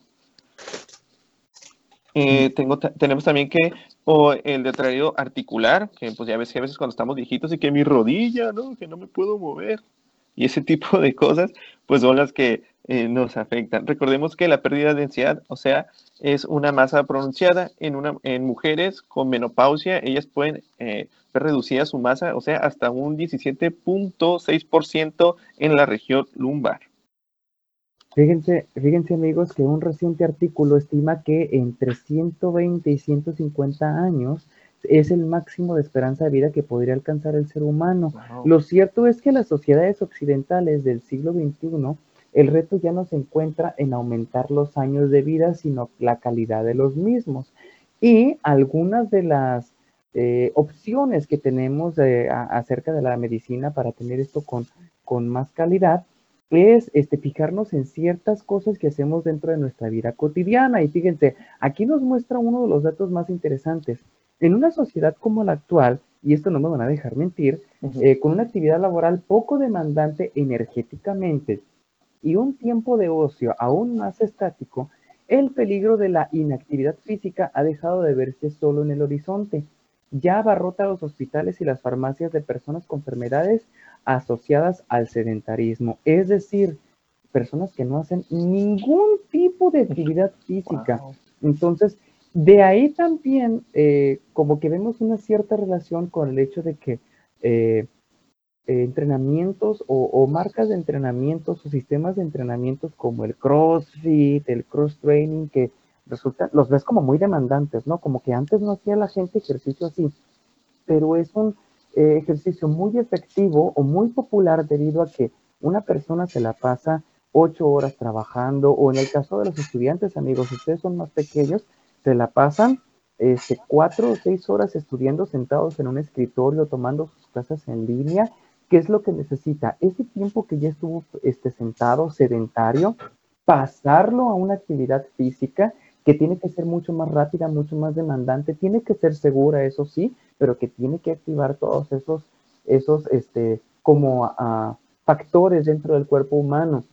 Tenemos también que el deterioro articular, que pues ya ves que a veces cuando estamos viejitos y que mi rodilla, ¿no? Que no me puedo mover. Y ese tipo de cosas, pues son las que nos afectan. Recordemos que la pérdida de densidad, o sea, es una masa pronunciada en mujeres con menopausia. Ellas pueden ver reducida su masa, o sea, hasta un 17.6% en la región lumbar. Fíjense amigos que un reciente artículo estima que entre 120 y 150 años es el máximo de esperanza de vida que podría alcanzar el ser humano. Wow. Lo cierto es que las sociedades occidentales del siglo XXI, el reto ya no se encuentra en aumentar los años de vida, sino la calidad de los mismos. Y algunas de las opciones que tenemos acerca de la medicina para tener esto con más calidad es fijarnos en ciertas cosas que hacemos dentro de nuestra vida cotidiana. Y fíjense, aquí nos muestra uno de los datos más interesantes. En una sociedad como la actual, y esto no me van a dejar mentir, con una actividad laboral poco demandante energéticamente y un tiempo de ocio aún más estático, el peligro de la inactividad física ha dejado de verse solo en el horizonte. Ya abarrota los hospitales y las farmacias de personas con enfermedades asociadas al sedentarismo, es decir, personas que no hacen ningún tipo de actividad física. Wow. Entonces, de ahí también como que vemos una cierta relación con el hecho de que entrenamientos o marcas de entrenamientos o sistemas de entrenamientos como el CrossFit, el cross training, que los ves como muy demandantes, ¿no? Como que antes no hacía la gente ejercicio así, pero es un ejercicio muy efectivo o muy popular debido a que una persona se la pasa 8 horas trabajando, o en el caso de los estudiantes, amigos, ustedes son más pequeños, se la pasan 4 o 6 horas estudiando sentados en un escritorio, tomando sus clases en línea. ¿Qué es lo que necesita? Ese tiempo que ya estuvo sentado, sedentario, pasarlo a una actividad física que tiene que ser mucho más rápida, mucho más demandante, tiene que ser segura, eso sí, pero que tiene que activar todos esos como factores dentro del cuerpo humano.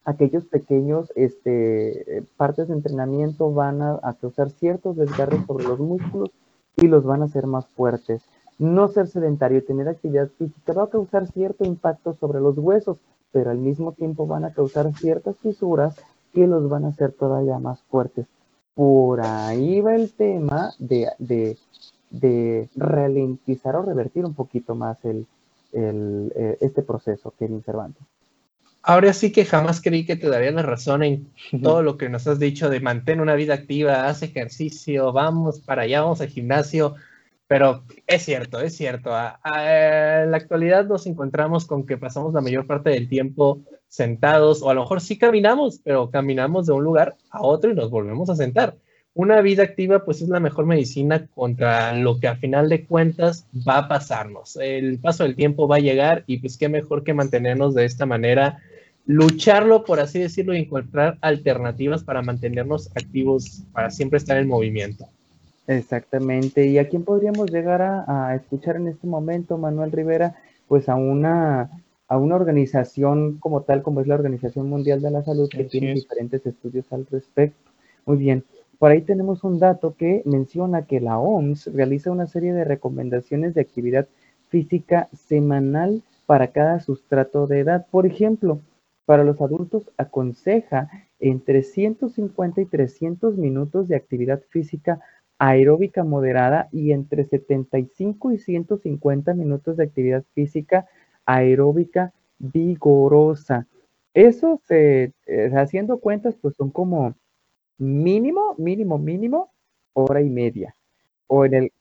aquellos pequeños partes de entrenamiento van a causar ciertos desgarres sobre los músculos y los van a hacer más fuertes. No ser sedentario y tener actividad física va a causar cierto impacto sobre los huesos, pero al mismo tiempo van a causar ciertas fisuras que los van a hacer todavía más fuertes. Por ahí va el tema de ralentizar o revertir un poquito más este proceso, Kevin Cervantes. Ahora sí que jamás creí que te daría la razón en todo lo que nos has dicho de mantener una vida activa, haz ejercicio, vamos para allá, vamos al gimnasio, pero es cierto, es cierto. En la actualidad nos encontramos con que pasamos la mayor parte del tiempo sentados, o a lo mejor sí caminamos, pero caminamos de un lugar a otro y nos volvemos a sentar. Una vida activa pues es la mejor medicina contra lo que a final de cuentas va a pasarnos. El paso del tiempo va a llegar y pues qué mejor que mantenernos de esta manera, lucharlo, por así decirlo, y encontrar alternativas para mantenernos activos, para siempre estar en movimiento. Exactamente. ¿Y a quién podríamos llegar a escuchar en este momento, Manuel Rivera? Pues a una organización como tal, como es la Organización Mundial de la Salud, que tiene diferentes estudios al respecto. Muy bien. Por ahí tenemos un dato que menciona que la OMS realiza una serie de recomendaciones de actividad física semanal para cada sustrato de edad. Por ejemplo, para los adultos aconseja entre 150 y 300 minutos de actividad física aeróbica moderada y entre 75 y 150 minutos de actividad física aeróbica vigorosa. Eso haciendo cuentas, pues son como mínimo, hora y media. O en el...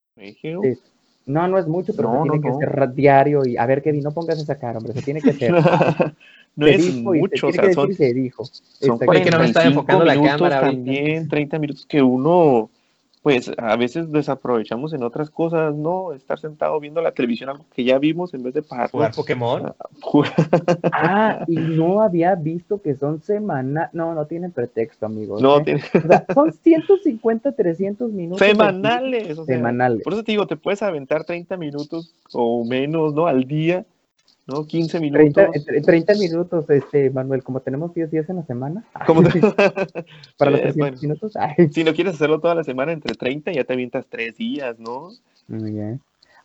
No es mucho, pero tiene que ser diario. Y a ver, Kevin, no pongas esa cara, hombre, se tiene que hacer. No es mucho, o sea, se dijo. Son 45 minutos también, 30 minutos que uno, pues a veces desaprovechamos en otras cosas, ¿no? Estar sentado viendo la televisión, algo que ya vimos, en vez de pagar. ¿Jugar Pokémon? Y no había visto que son semanas. No tienen pretexto, amigos. No, o sea, son 150, 300 minutos. Semanales. O sea, semanales. Por eso te digo, te puedes aventar 30 minutos o menos, ¿no? Al día, ¿no? 15 minutos. 30 minutos, Manuel, como tenemos 10 días en la semana. Para los 300 minutos. Si no quieres hacerlo toda la semana, entre 30 ya te avientas 3 días, ¿no? Muy bien.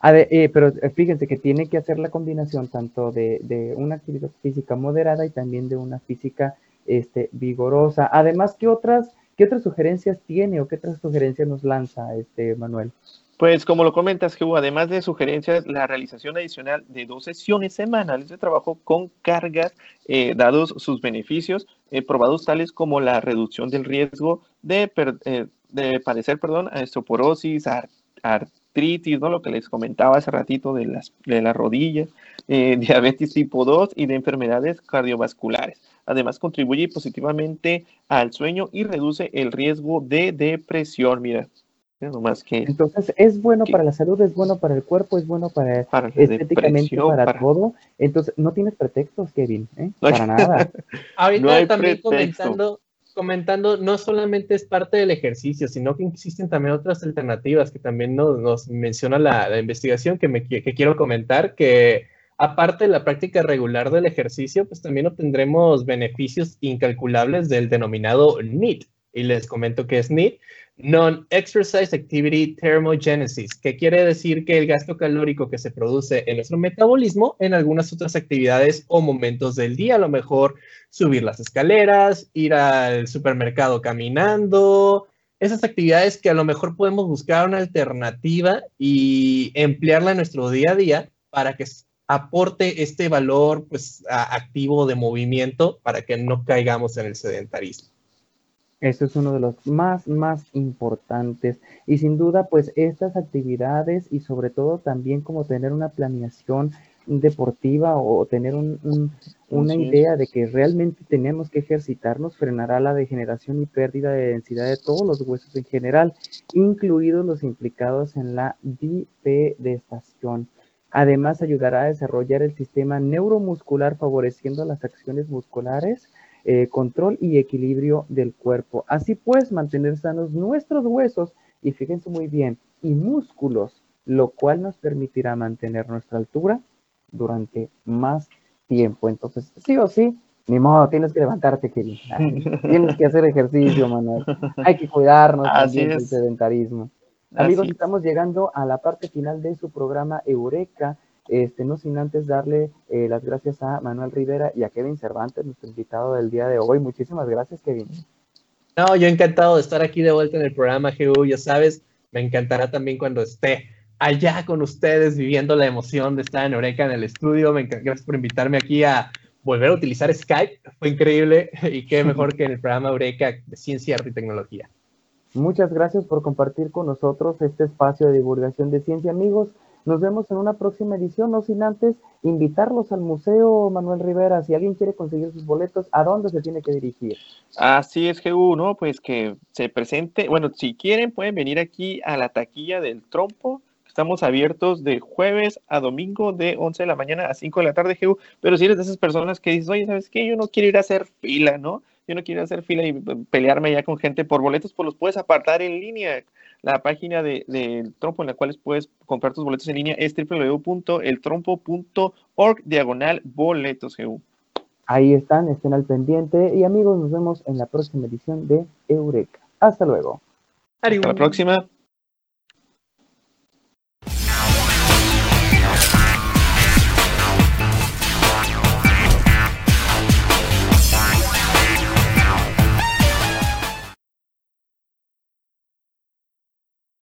Pero fíjense que tiene que hacer la combinación tanto de una actividad física moderada y también de una física vigorosa. Además, ¿qué otras sugerencias tiene o qué otras sugerencias nos lanza Manuel? Pues como lo comentas, que además de sugerencias, la realización adicional de 2 sesiones semanales de trabajo con cargas, dados sus beneficios, probados tales como la reducción del riesgo de padecer osteoporosis, artritis, ¿no? Lo que les comentaba hace ratito de las rodillas, diabetes tipo 2 y de enfermedades cardiovasculares. Además, contribuye positivamente al sueño y reduce el riesgo de depresión. Mira. No más que, entonces es bueno para la salud, es bueno para el cuerpo, es bueno para estéticamente, para todo. Entonces no tienes pretextos, Kevin, para nada. Ahorita no también comentando, no solamente es parte del ejercicio, sino que existen también otras alternativas que también nos menciona la investigación que quiero comentar, que aparte de la práctica regular del ejercicio, pues también obtendremos beneficios incalculables del denominado NEAT. Y les comento qué es NEAT. Non-Exercise Activity Thermogenesis, que quiere decir que el gasto calórico que se produce en nuestro metabolismo en algunas otras actividades o momentos del día, a lo mejor subir las escaleras, ir al supermercado caminando, esas actividades que a lo mejor podemos buscar una alternativa y emplearla en nuestro día a día para que aporte este valor pues, activo de movimiento para que no caigamos en el sedentarismo. Eso es uno de los más importantes y sin duda pues estas actividades y sobre todo también como tener una planeación deportiva o tener una idea de que realmente tenemos que ejercitarnos frenará la degeneración y pérdida de densidad de todos los huesos en general, incluidos los implicados en la bipedestación. Además ayudará a desarrollar el sistema neuromuscular favoreciendo las acciones musculares, control y equilibrio del cuerpo. Así pues, mantener sanos nuestros huesos y fíjense muy bien, y músculos, lo cual nos permitirá mantener nuestra altura durante más tiempo. Entonces, sí o sí, Ni modo, tienes que levantarte, Kevin. Tienes que hacer ejercicio, Manuel. Hay que cuidarnos Así también del es. sedentarismo. Amigos, Así es. estamos llegando a la parte final de su programa Eureka. No sin antes darle las gracias a Manuel Rivera y a Kevin Cervantes, nuestro invitado del día de hoy. Muchísimas gracias, Kevin. No, yo encantado de estar aquí de vuelta en el programa, GU, ya sabes, me encantará también cuando esté allá con ustedes viviendo la emoción de estar en Eureka en el estudio. Gracias por invitarme aquí a volver a utilizar Skype, fue increíble y qué mejor que en el programa Eureka de Ciencia, Arte y Tecnología. Muchas gracias por compartir con nosotros este espacio de divulgación de ciencia, amigos. Nos vemos en una próxima edición, no sin antes invitarlos al Museo Manuel Rivera. Si alguien quiere conseguir sus boletos, ¿a dónde se tiene que dirigir? Así es, GU, ¿no? Pues que se presente. Bueno, si quieren, pueden venir aquí a la taquilla del Trompo. Estamos abiertos de jueves a domingo de 11 de la mañana a 5 de la tarde, GU. Pero si eres de esas personas que dices, oye, ¿sabes qué? Yo no quiero ir a hacer fila, ¿no? Yo no quiero hacer fila y pelearme ya con gente por boletos, pues los puedes apartar en línea. La página del Trompo en la cual puedes comprar tus boletos en línea es www.eltrompo.org/boletos, GU. Ahí están, estén al pendiente. Y amigos, nos vemos en la próxima edición de Eureka. Hasta luego. Hasta la próxima.